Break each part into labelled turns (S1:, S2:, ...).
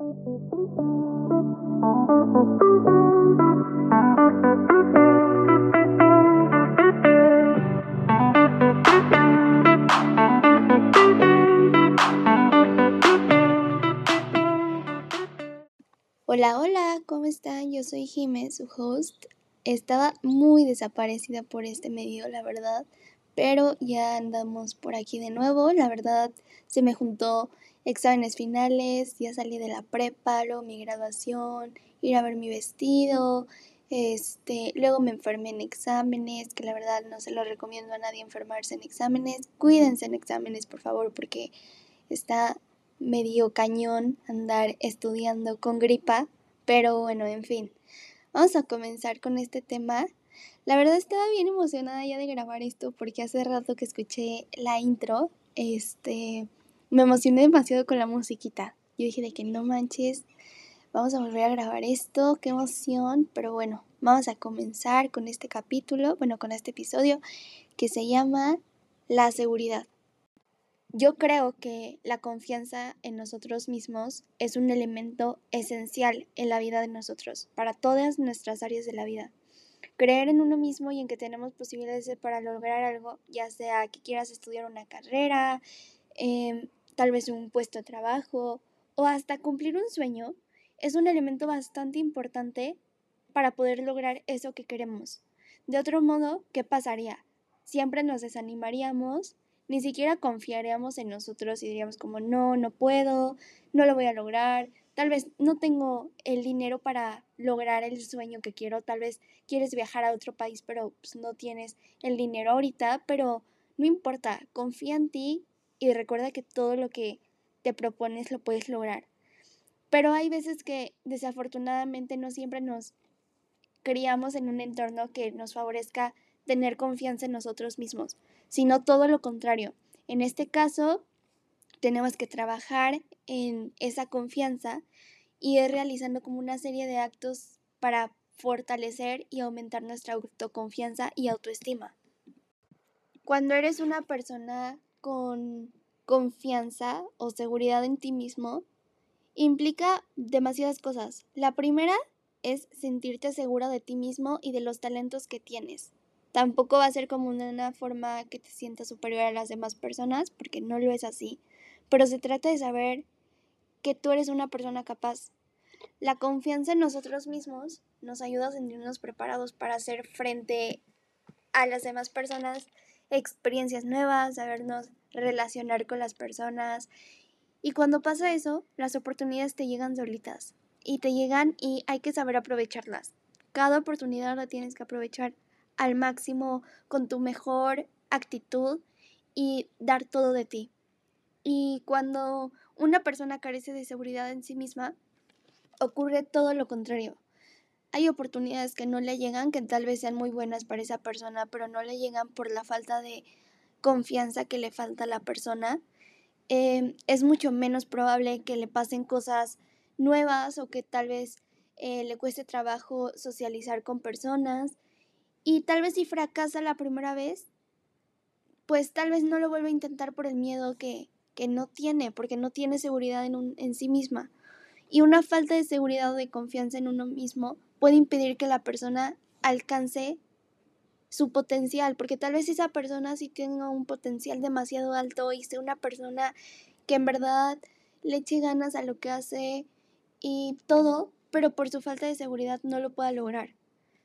S1: Hola, hola, ¿cómo están? Yo soy Jime, su host. Estaba muy desaparecida por este medio, la verdad, pero ya andamos por aquí de nuevo. La verdad, se me juntó exámenes finales, ya salí de la prepa, luego mi graduación, ir a ver mi vestido, luego me enfermé en exámenes, que la verdad no se lo recomiendo a nadie enfermarse en exámenes. Cuídense en exámenes, por favor, porque está medio cañón andar estudiando con gripa, pero bueno, en fin. Vamos a comenzar con este tema. La verdad estaba bien emocionada ya de grabar esto porque hace rato que escuché la intro, me emocioné demasiado con la musiquita. Yo dije de que no manches, vamos a volver a grabar esto, qué emoción, pero bueno, vamos a comenzar con este capítulo, con este episodio que se llama La seguridad. Yo creo que la confianza en nosotros mismos es un elemento esencial en la vida de nosotros, para todas nuestras áreas de la vida. Creer en uno mismo y en que tenemos posibilidades para lograr algo, ya sea que quieras estudiar una carrera, tal vez un puesto de trabajo o hasta cumplir un sueño, es un elemento bastante importante para poder lograr eso que queremos. De otro modo, ¿qué pasaría? Siempre nos desanimaríamos, ni siquiera confiaríamos en nosotros y diríamos como no puedo, no lo voy a lograr, tal vez no tengo el dinero para lograr el sueño que quiero, tal vez quieres viajar a otro país pero pues, no tienes el dinero ahorita, pero no importa, confía en ti y recuerda que todo lo que te propones lo puedes lograr. Pero hay veces que desafortunadamente no siempre nos criamos en un entorno que nos favorezca tener confianza en nosotros mismos, sino todo lo contrario. En este caso, tenemos que trabajar en esa confianza y ir realizando como una serie de actos para fortalecer y aumentar nuestra autoconfianza y autoestima. Cuando eres una persona con confianza o seguridad en ti mismo, implica demasiadas cosas. La primera es sentirte segura de ti mismo y de los talentos que tienes. Tampoco va a ser como una forma que te sientas superior a las demás personas, porque no lo es así. Pero se trata de saber que tú eres una persona capaz. La confianza en nosotros mismos nos ayuda a sentirnos preparados para hacer frente a las demás personas, experiencias nuevas, sabernos relacionar con las personas. Y cuando pasa eso, las oportunidades te llegan solitas. Y te llegan y hay que saber aprovecharlas. Cada oportunidad la tienes que aprovechar al máximo con tu mejor actitud y dar todo de ti. Y cuando una persona carece de seguridad en sí misma, ocurre todo lo contrario. Hay oportunidades que no le llegan, que tal vez sean muy buenas para esa persona, pero no le llegan por la falta de confianza que le falta a la persona. Es mucho menos probable que le pasen cosas nuevas o que tal vez le cueste trabajo socializar con personas. Y tal vez si fracasa la primera vez, pues tal vez no lo vuelva a intentar por el miedo que no tiene, porque no tiene seguridad en sí misma. Y una falta de seguridad o de confianza en uno mismo puede impedir que la persona alcance su potencial, porque tal vez esa persona sí tenga un potencial demasiado alto y sea una persona que en verdad le eche ganas a lo que hace y todo, pero por su falta de seguridad no lo pueda lograr.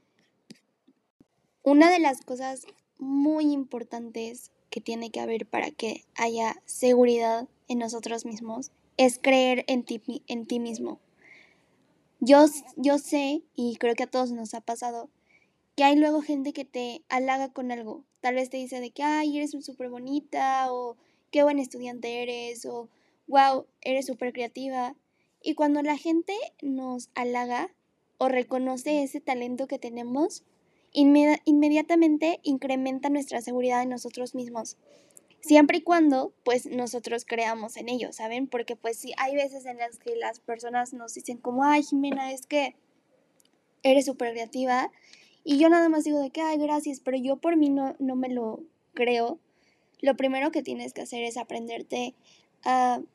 S1: Una de las cosas muy importantes que tiene que haber para que haya seguridad en nosotros mismos es creer en ti mismo. Yo sé, y creo que a todos nos ha pasado, que hay luego gente que te halaga con algo. Tal vez te dice de que, ay, eres súper bonita, o qué buen estudiante eres, o wow, eres súper creativa. Y cuando la gente nos halaga o reconoce ese talento que tenemos, inmediatamente incrementa nuestra seguridad en nosotros mismos. Siempre y cuando, pues, nosotros creamos en ello, ¿saben? Porque, pues, sí, hay veces en las que las personas nos dicen como, ay, Jimena, es que eres súper creativa. Y yo nada más digo de que, ay, gracias, pero yo por mí no me lo creo. Lo primero que tienes que hacer es aprenderte a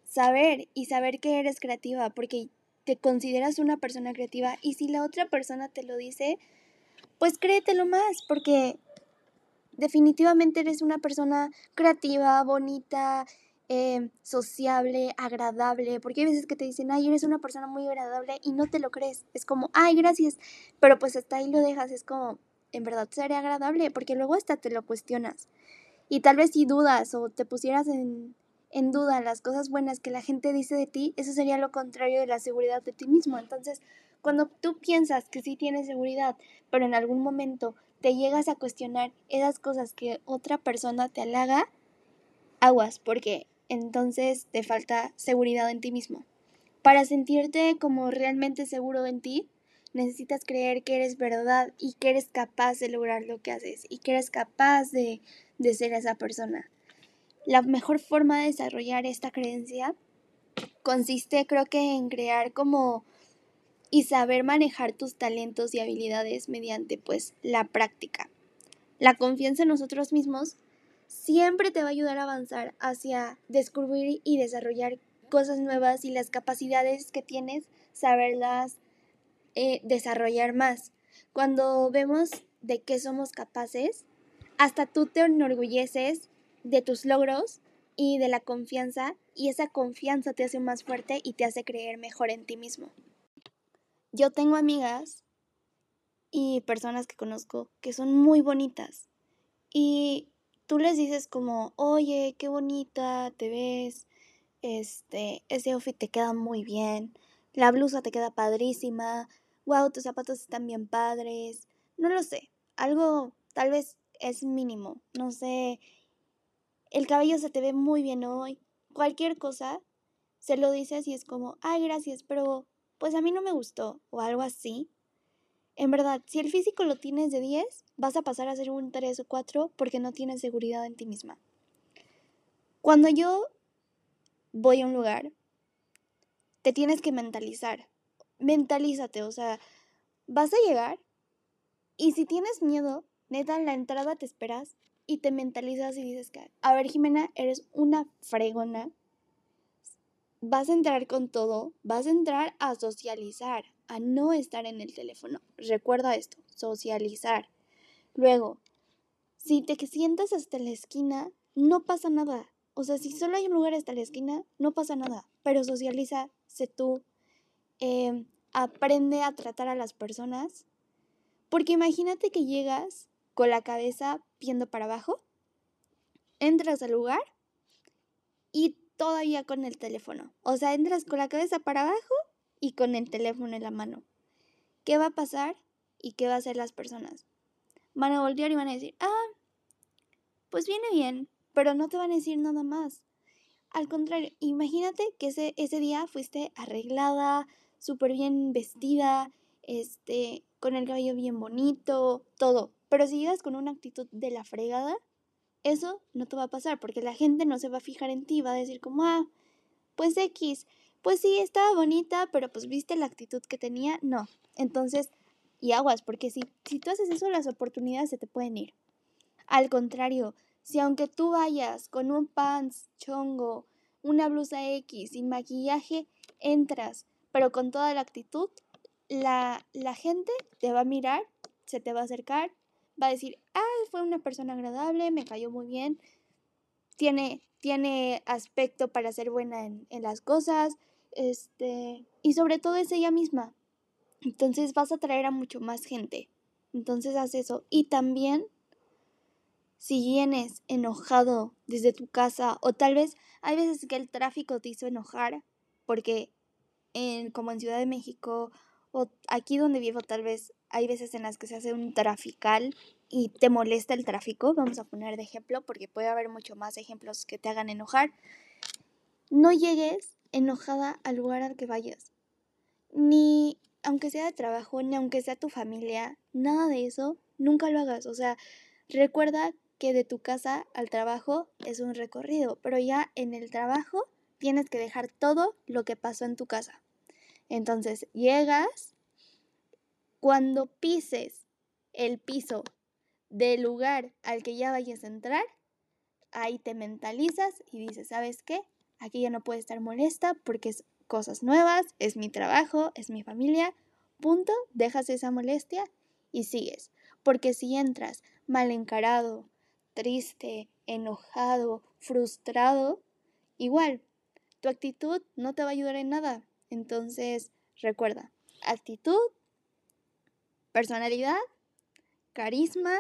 S1: saber que eres creativa, porque te consideras una persona creativa, y si la otra persona te lo dice, pues créetelo más, porque definitivamente eres una persona creativa, bonita, sociable, agradable, porque hay veces que te dicen, ay, eres una persona muy agradable y no te lo crees, es como, ay, gracias, pero pues hasta ahí lo dejas, es como, en verdad seré agradable, porque luego hasta te lo cuestionas. Y tal vez si dudas o te pusieras en duda las cosas buenas que la gente dice de ti, eso sería lo contrario de la seguridad de ti mismo. Entonces, cuando tú piensas que sí tienes seguridad, pero en algún momento te llegas a cuestionar esas cosas que otra persona te halaga, aguas, porque entonces te falta seguridad en ti mismo. Para sentirte como realmente seguro en ti, necesitas creer que eres verdad y que eres capaz de lograr lo que haces y que eres capaz de ser esa persona. La mejor forma de desarrollar esta creencia consiste, creo que, en crear como y saber manejar tus talentos y habilidades mediante pues la práctica. La confianza en nosotros mismos siempre te va a ayudar a avanzar hacia descubrir y desarrollar cosas nuevas, y las capacidades que tienes, saberlas desarrollar más. Cuando vemos de qué somos capaces, hasta tú te enorgulleces de tus logros y de la confianza, y esa confianza te hace más fuerte y te hace creer mejor en ti mismo. Yo tengo amigas y personas que conozco que son muy bonitas, y tú les dices como, oye, qué bonita te ves, ese outfit te queda muy bien, la blusa te queda padrísima, wow, tus zapatos están bien padres, no lo sé, algo tal vez es mínimo, no sé, el cabello se te ve muy bien hoy, cualquier cosa, se lo dices y es como, ay, gracias, pero pues a mí no me gustó, o algo así. En verdad, si el físico lo tienes de 10, vas a pasar a ser un 3 o 4 porque no tienes seguridad en ti misma. Cuando yo voy a un lugar, te tienes que mentalizar. Mentalízate, o sea, vas a llegar y si tienes miedo, neta, en la entrada te esperas y te mentalizas y dices que, a ver, Jimena, eres una fregona. Vas a entrar con todo, vas a entrar a socializar, a no estar en el teléfono. Recuerda esto, socializar. Luego, si te sientas hasta la esquina, no pasa nada. O sea, si solo hay un lugar hasta la esquina, no pasa nada. Pero socializa, sé tú, aprende a tratar a las personas. Porque imagínate que llegas con la cabeza viendo para abajo, entras al lugar y todavía con el teléfono. O sea, entras con la cabeza para abajo y con el teléfono en la mano. ¿Qué va a pasar y qué va a hacer las personas? Van a voltear y van a decir, ah, pues viene bien, pero no te van a decir nada más. Al contrario, imagínate que ese día fuiste arreglada, súper bien vestida, con el cabello bien bonito, todo. Pero si llegas con una actitud de la fregada, eso no te va a pasar, porque la gente no se va a fijar en ti, va a decir como, ah, pues X, pues sí, estaba bonita, pero pues viste la actitud que tenía, no. Entonces, y aguas, porque si tú haces eso, las oportunidades se te pueden ir. Al contrario, si aunque tú vayas con un pants chongo, una blusa X, sin maquillaje, entras, pero con toda la actitud, la gente te va a mirar, se te va a acercar, va a decir, ah, fue una persona agradable, me cayó muy bien, tiene aspecto para ser buena en las cosas, y sobre todo es ella misma. Entonces vas a atraer a mucho más gente. Entonces haz eso. Y también, si vienes enojado desde tu casa, o tal vez hay veces que el tráfico te hizo enojar, porque como en Ciudad de México o aquí donde vivo, tal vez hay veces en las que se hace un trafical y te molesta el tráfico, vamos a poner de ejemplo porque puede haber mucho más ejemplos que te hagan enojar. No llegues enojada al lugar al que vayas, ni aunque sea de trabajo, ni aunque sea tu familia, nada de eso, nunca lo hagas. O sea, recuerda que de tu casa al trabajo es un recorrido, pero ya en el trabajo tienes que dejar todo lo que pasó en tu casa. Entonces llegas, cuando pises el piso del lugar al que ya vayas a entrar, ahí te mentalizas y dices, ¿sabes qué? aquí ya no puedo estar molesta porque es cosas nuevas, es mi trabajo, es mi familia, punto, dejas esa molestia y sigues. Porque si entras mal encarado, triste, enojado, frustrado, igual, tu actitud no te va a ayudar en nada. Entonces, recuerda, actitud, personalidad, carisma,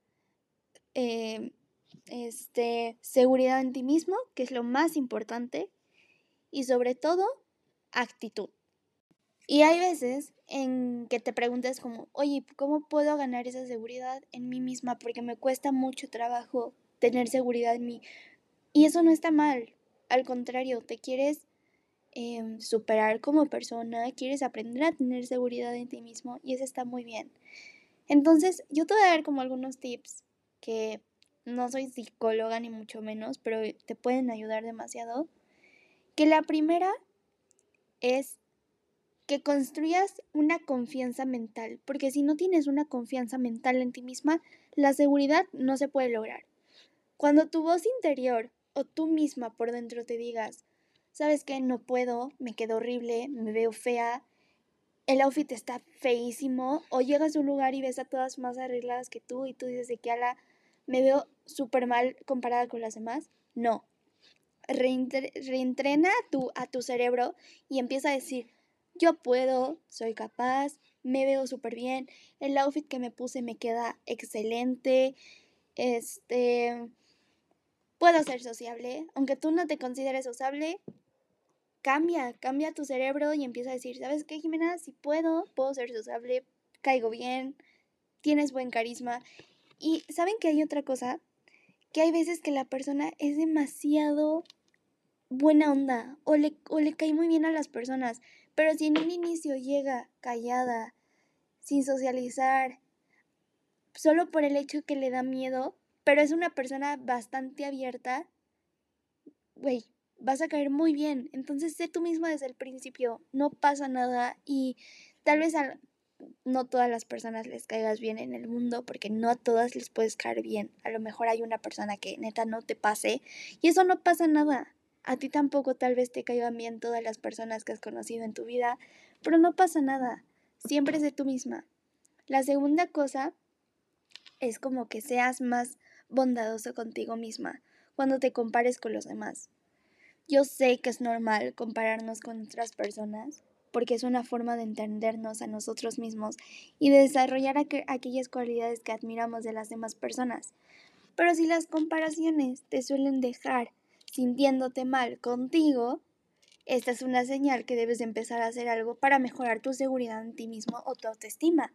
S1: seguridad en ti mismo, que es lo más importante, y sobre todo, actitud. Y hay veces en que te preguntas como, oye, ¿cómo puedo ganar esa seguridad en mí misma? Porque me cuesta mucho trabajo tener seguridad en mí. Y eso no está mal. Al contrario, te quieres superar como persona, quieres aprender a tener seguridad en ti mismo y eso está muy bien. Entonces, yo te voy a dar como algunos tips que no soy psicóloga ni mucho menos, pero te pueden ayudar demasiado. Que la primera es que construyas una confianza mental, porque si no tienes una confianza mental en ti misma, la seguridad no se puede lograr. Cuando tu voz interior o tú misma por dentro te digas, ¿sabes qué? No puedo, me quedo horrible, me veo fea, el outfit está feísimo, o llegas a un lugar y ves a todas más arregladas que tú y tú dices de que ala, me veo súper mal comparada con las demás. No. Reentrena a tu cerebro y empieza a decir, yo puedo, soy capaz, me veo súper bien, el outfit que me puse me queda excelente, puedo ser sociable, aunque tú no te consideres sociable, cambia tu cerebro y empieza a decir, ¿sabes qué, Jimena? Si puedo ser sociable, caigo bien, tienes buen carisma. Y ¿saben que hay otra cosa? Que hay veces que la persona es demasiado buena onda o le cae muy bien a las personas, pero si en un inicio llega callada, sin socializar, solo por el hecho que le da miedo, pero es una persona bastante abierta, güey, vas a caer muy bien. Entonces sé tú misma desde el principio, no pasa nada y tal vez no todas las personas les caigas bien en el mundo porque no a todas les puedes caer bien. A lo mejor hay una persona que neta no te pase y eso no pasa nada. A ti tampoco tal vez te caigan bien todas las personas que has conocido en tu vida, pero no pasa nada. Siempre sé tú misma. La segunda cosa es como que seas más bondadoso contigo misma cuando te compares con los demás. Yo sé que es normal compararnos con otras personas porque es una forma de entendernos a nosotros mismos y de desarrollar aquellas cualidades que admiramos de las demás personas. Pero si las comparaciones te suelen dejar sintiéndote mal contigo, esta es una señal que debes de empezar a hacer algo para mejorar tu seguridad en ti mismo o tu autoestima.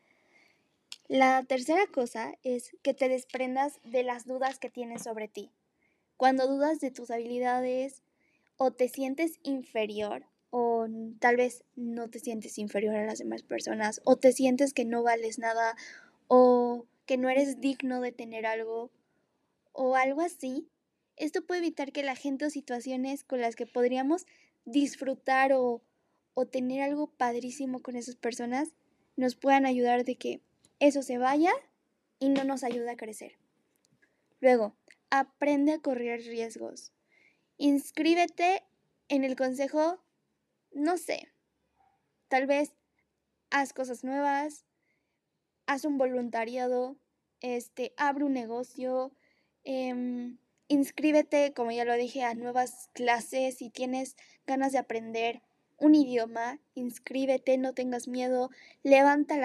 S1: La tercera cosa es que te desprendas de las dudas que tienes sobre ti. Cuando dudas de tus habilidades, o te sientes inferior o tal vez no te sientes inferior a las demás personas o te sientes que no vales nada o que no eres digno de tener algo o algo así, esto puede evitar que la gente o situaciones con las que podríamos disfrutar o tener algo padrísimo con esas personas nos puedan ayudar de que eso se vaya y no nos ayuda a crecer. Luego, aprende a correr riesgos. Inscríbete en el consejo, no sé, tal vez haz cosas nuevas, haz un voluntariado, abre un negocio, inscríbete, como ya lo dije, a nuevas clases. Si tienes ganas de aprender un idioma, inscríbete, no tengas miedo, levanta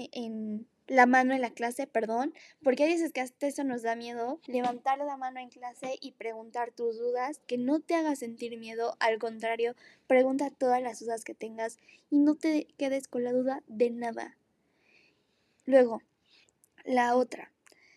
S1: la mano en la clase, perdón, porque hay veces que hasta eso nos da miedo, levantar la mano en clase y preguntar tus dudas, que no te haga sentir miedo, al contrario, pregunta todas las dudas que tengas y no te quedes con la duda de nada. Luego, la otra,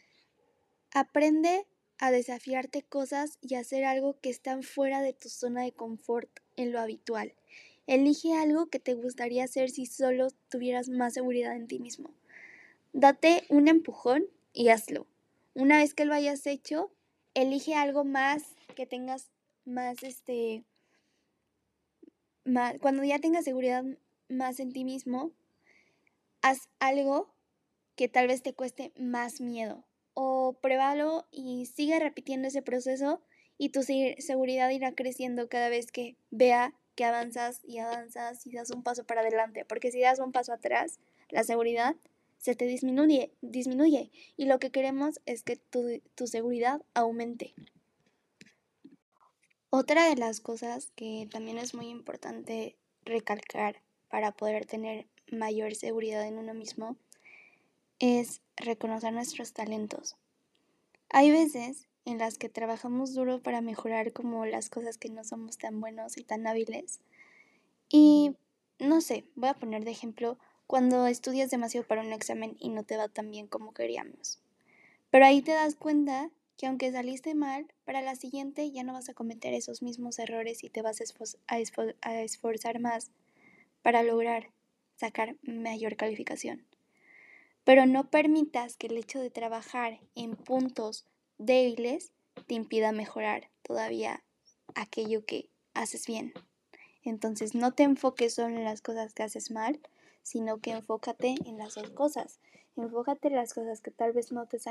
S1: aprende a desafiarte cosas y hacer algo que están fuera de tu zona de confort en lo habitual. Elige algo que te gustaría hacer si solo tuvieras más seguridad en ti mismo. Date un empujón y hazlo. Una vez que lo hayas hecho, elige algo más que tengas más, cuando ya tengas seguridad más en ti mismo, haz algo que tal vez te cueste más miedo o pruébalo y sigue repitiendo ese proceso y tu seguridad irá creciendo cada vez que vea que avanzas y avanzas y das un paso para adelante, porque si das un paso atrás, la seguridad se te disminuye y lo que queremos es que tu seguridad aumente. Otra de las cosas que también es muy importante recalcar para poder tener mayor seguridad en uno mismo es reconocer nuestros talentos. Hay veces en las que trabajamos duro para mejorar como las cosas que no somos tan buenos y tan hábiles. Y no sé, voy a poner de ejemplo cuando estudias demasiado para un examen y no te va tan bien como queríamos. Pero ahí te das cuenta que aunque saliste mal, para la siguiente ya no vas a cometer esos mismos errores y te vas a esforzar más para lograr sacar mayor calificación. Pero no permitas que el hecho de trabajar en puntos débiles te impida mejorar todavía aquello que haces bien. Entonces no te enfoques solo en las cosas que haces mal, sino que enfócate en las dos cosas. Enfócate en las cosas que tal vez no te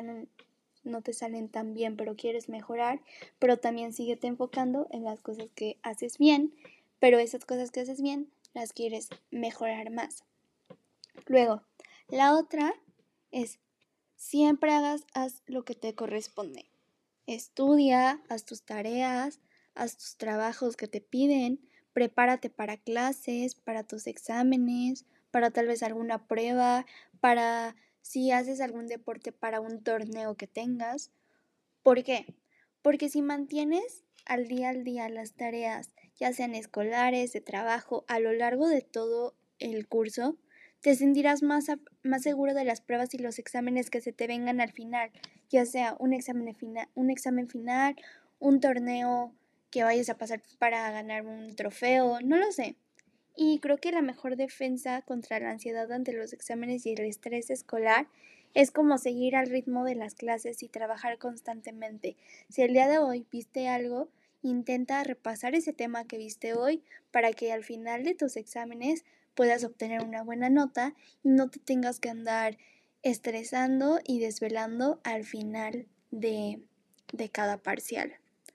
S1: salen tan bien, pero quieres mejorar, pero también síguete enfocando en las cosas que haces bien, pero esas cosas que haces bien las quieres mejorar más. Luego, la otra es siempre haz lo que te corresponde. Estudia, haz tus tareas, haz tus trabajos que te piden, prepárate para clases, para tus exámenes, para tal vez alguna prueba, para si haces algún deporte para un torneo que tengas. ¿Por qué? Porque si mantienes al día las tareas, ya sean escolares, de trabajo, a lo largo de todo el curso, te sentirás más seguro de las pruebas y los exámenes que se te vengan al final, ya sea un examen final, un torneo que vayas a pasar para ganar un trofeo, no lo sé. Y creo que la mejor defensa contra la ansiedad ante los exámenes y el estrés escolar es como seguir al ritmo de las clases y trabajar constantemente. Si el día de hoy viste algo, intenta repasar ese tema que viste hoy para que al final de tus exámenes puedas obtener una buena nota y no te tengas que andar estresando y desvelando al final de cada parcial.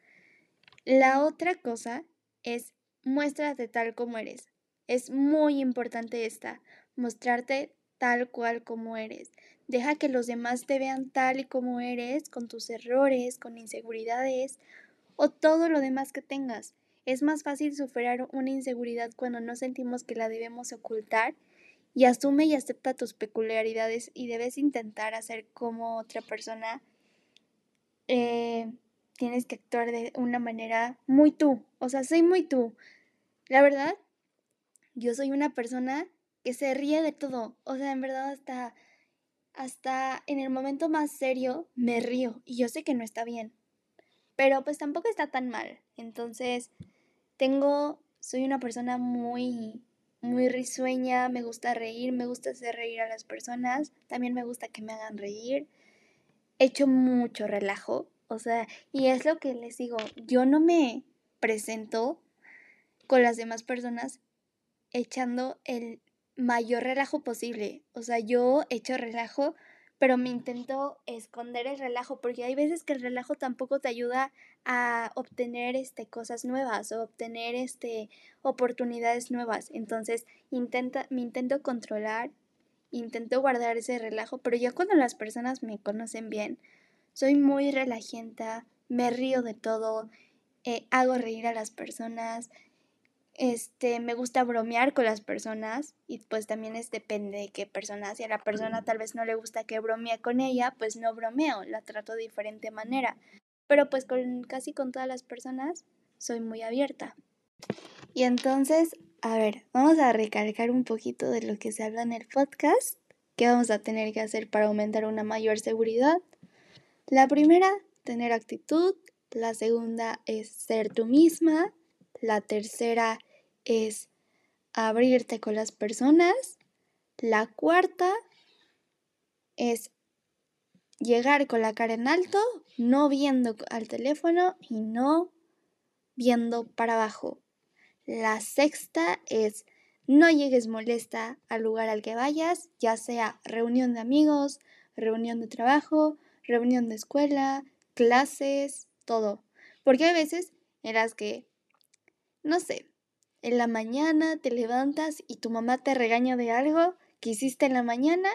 S1: La otra cosa es muéstrate tal como eres. Es muy importante mostrarte tal cual como eres. Deja que los demás te vean tal y como eres, con tus errores, con inseguridades o todo lo demás que tengas. Es más fácil superar una inseguridad cuando no sentimos que la debemos ocultar y asume y acepta tus peculiaridades y debes intentar hacer como otra persona. Tienes que actuar de una manera muy tú. O sea, soy muy tú. La verdad, yo soy una persona que se ríe de todo. O sea, en verdad hasta en el momento más serio me río. Y yo sé que no está bien. Pero pues tampoco está tan mal. Entonces, soy una persona muy risueña. Me gusta reír, me gusta hacer reír a las personas. También me gusta que me hagan reír. Hecho mucho relajo, o sea, y es lo que les digo, yo no me presento con las demás personas echando el mayor relajo posible, o sea, yo echo relajo, pero me intento esconder el relajo, porque hay veces que el relajo tampoco te ayuda a obtener cosas nuevas o obtener oportunidades nuevas, entonces me intento controlar, intento guardar ese relajo, pero ya cuando las personas me conocen bien, soy muy relajenta, me río de todo, hago reír a las personas, me gusta bromear con las personas y pues también depende de qué persona. Si a la persona tal vez no le gusta que bromee con ella, pues no bromeo, la trato de diferente manera. Pero pues casi con todas las personas soy muy abierta. Y entonces, a ver, vamos a recalcar un poquito de lo que se habla en el podcast, qué vamos a tener que hacer para aumentar una mayor seguridad. La primera, tener actitud. La segunda es ser tú misma. La tercera es abrirte con las personas. La cuarta es llegar con la cara en alto, no viendo al teléfono y no viendo para abajo. La sexta es no llegues molesta al lugar al que vayas, ya sea reunión de amigos, reunión de trabajo, reunión de escuela, clases, todo. Porque hay veces en las que, no sé, en la mañana te levantas y tu mamá te regaña de algo que hiciste en la mañana,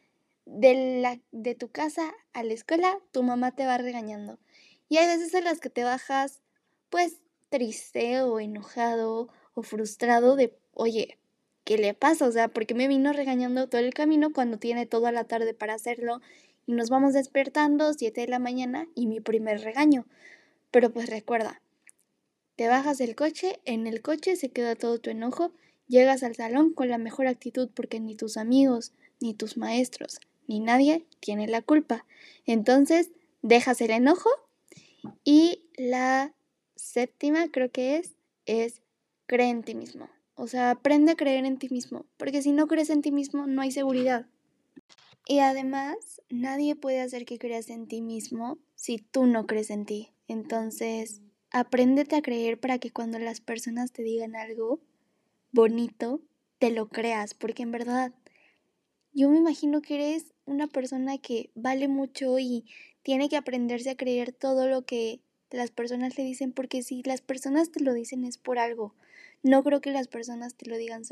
S1: de tu casa a la escuela, tu mamá te va regañando. Y hay veces en las que te bajas, pues, triste o enojado o frustrado de, oye, ¿qué le pasa? O sea, ¿por qué me vino regañando todo el camino cuando tiene toda la tarde para hacerlo? Y nos vamos despertando 7 de la mañana y mi primer regaño. Pero pues recuerda, te bajas del coche, en el coche se queda todo tu enojo, llegas al salón con la mejor actitud porque ni tus amigos, ni tus maestros, ni nadie tiene la culpa. Entonces, dejas el enojo y la séptima creo que es cree en ti mismo. O sea, aprende a creer en ti mismo, porque si no crees en ti mismo no hay seguridad. Y además, nadie puede hacer que creas en ti mismo si tú no crees en ti. Entonces, apréndete a creer para que cuando las personas te digan algo bonito, te lo creas, porque en verdad, yo me imagino que eres una persona que vale mucho y tiene que aprenderse a creer todo lo que las personas le dicen, porque si las personas te lo dicen es por algo. No creo que las personas te lo digan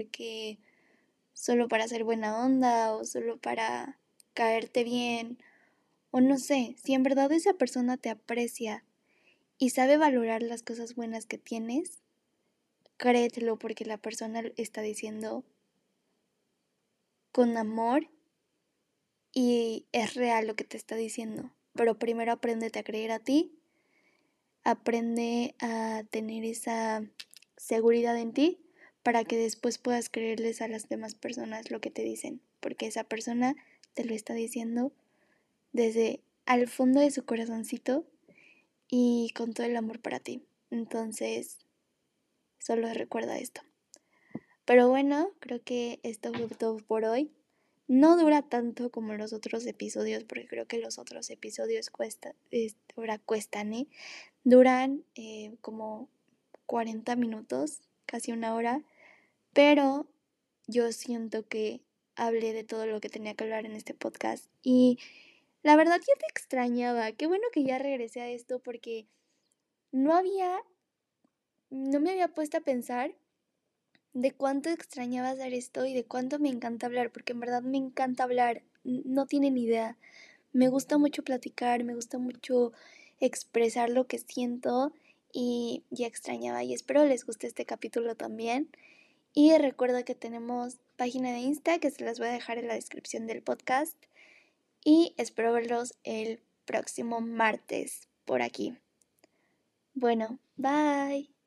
S1: solo para ser buena onda o solo para caerte bien o no sé, si en verdad esa persona te aprecia y sabe valorar las cosas buenas que tienes, créetelo porque la persona está diciendo con amor y es real lo que te está diciendo. Pero primero apréndete a creer a ti, aprende a tener esa seguridad en ti para que después puedas creerles a las demás personas lo que te dicen, porque esa persona te lo está diciendo desde al fondo de su corazoncito y con todo el amor para ti. Entonces, solo recuerda esto. Pero bueno, creo que esto fue todo por hoy. No dura tanto como los otros episodios, porque creo que los otros episodios cuestan, ¿eh? Duran como 40 minutos, casi una hora, pero yo siento que hablé de todo lo que tenía que hablar en este podcast y la verdad ya te extrañaba. Qué bueno que ya regresé a esto porque no me había puesto a pensar de cuánto extrañaba hacer esto y de cuánto me encanta hablar, porque en verdad me encanta hablar, no tienen idea. Me gusta mucho platicar, me gusta mucho expresar lo que siento y ya extrañaba y espero les guste este capítulo también. Y recuerda que tenemos página de Insta que se las voy a dejar en la descripción del podcast y espero verlos el próximo martes por aquí. Bueno, bye.